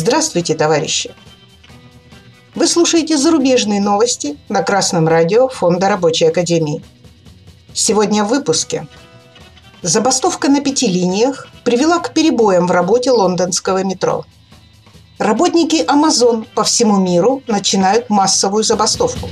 Здравствуйте, товарищи! Вы слушаете зарубежные новости на Красном радио Фонда Рабочей Академии. Сегодня в выпуске. Забастовка на 5 линиях привела к перебоям в работе лондонского метро. Работники Amazon по всему миру начинают массовую забастовку.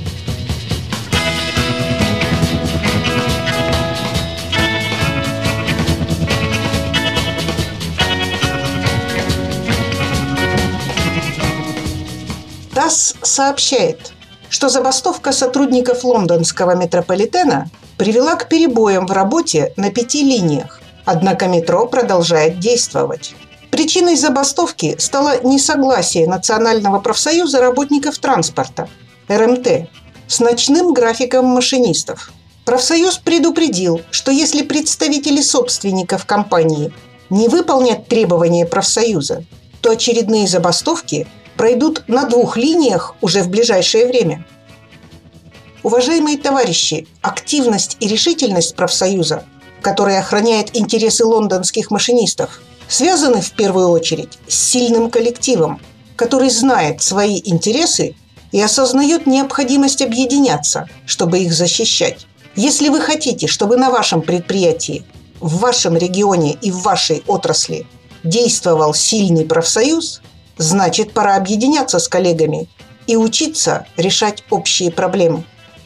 ТАСС сообщает, что забастовка сотрудников лондонского метрополитена привела к перебоям в работе на 5 линиях, однако метро продолжает действовать. Причиной забастовки стало несогласие Национального профсоюза работников транспорта РМТ с ночным графиком машинистов. Профсоюз предупредил, что если представители собственников компании не выполнят требования профсоюза, то очередные забастовки пройдут на 2 линиях уже в ближайшее время. Уважаемые товарищи, активность и решительность профсоюза, которая охраняет интересы лондонских машинистов, связаны в первую очередь с сильным коллективом, который знает свои интересы и осознает необходимость объединяться, чтобы их защищать. Если вы хотите, чтобы на вашем предприятии, в вашем регионе и в вашей отрасли действовал сильный профсоюз, значит, пора объединяться с коллегами и учиться решать общие проблемы.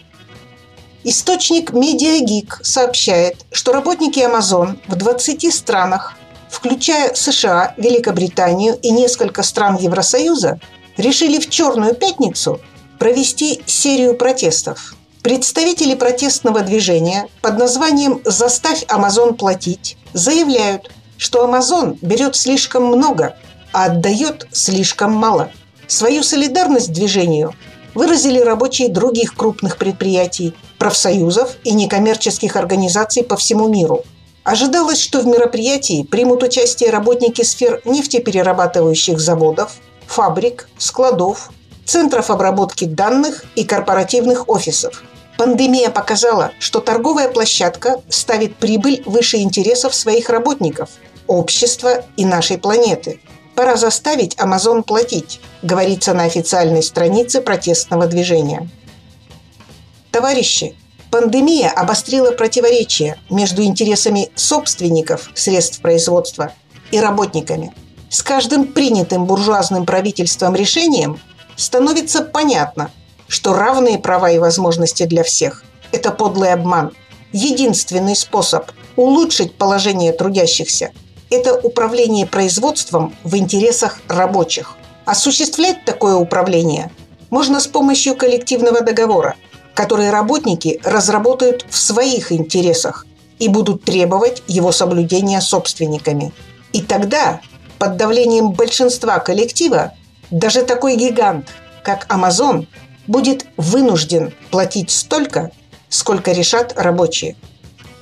Источник MediaGeek сообщает, что работники Amazon в 20 странах, включая США, Великобританию и несколько стран Евросоюза, решили в Черную пятницу провести серию протестов. Представители протестного движения под названием «Заставь Amazon платить» заявляют, что Amazon берет слишком много, а отдает слишком мало. Свою солидарность движению выразили рабочие других крупных предприятий, профсоюзов и некоммерческих организаций по всему миру. Ожидалось, что в мероприятии примут участие работники сфер нефтеперерабатывающих заводов, фабрик, складов, центров обработки данных и корпоративных офисов. Пандемия показала, что торговая площадка ставит прибыль выше интересов своих работников, общества и нашей планеты. Пора заставить Amazon платить, говорится на официальной странице протестного движения. Товарищи, пандемия обострила противоречия между интересами собственников средств производства и работниками. С каждым принятым буржуазным правительством решением становится понятно, что равные права и возможности для всех – это подлый обман. Единственный способ улучшить положение трудящихся – это управление производством в интересах рабочих. Осуществлять такое управление можно с помощью коллективного договора, который работники разработают в своих интересах и будут требовать его соблюдения собственниками. И тогда, под давлением большинства коллектива, даже такой гигант, как Amazon, будет вынужден платить столько, сколько решат рабочие.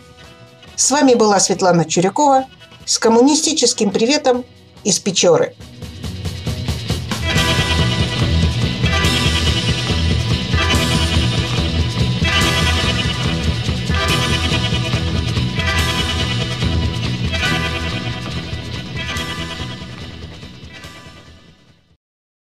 С вами была Светлана Чурякова с коммунистическим приветом из Печоры.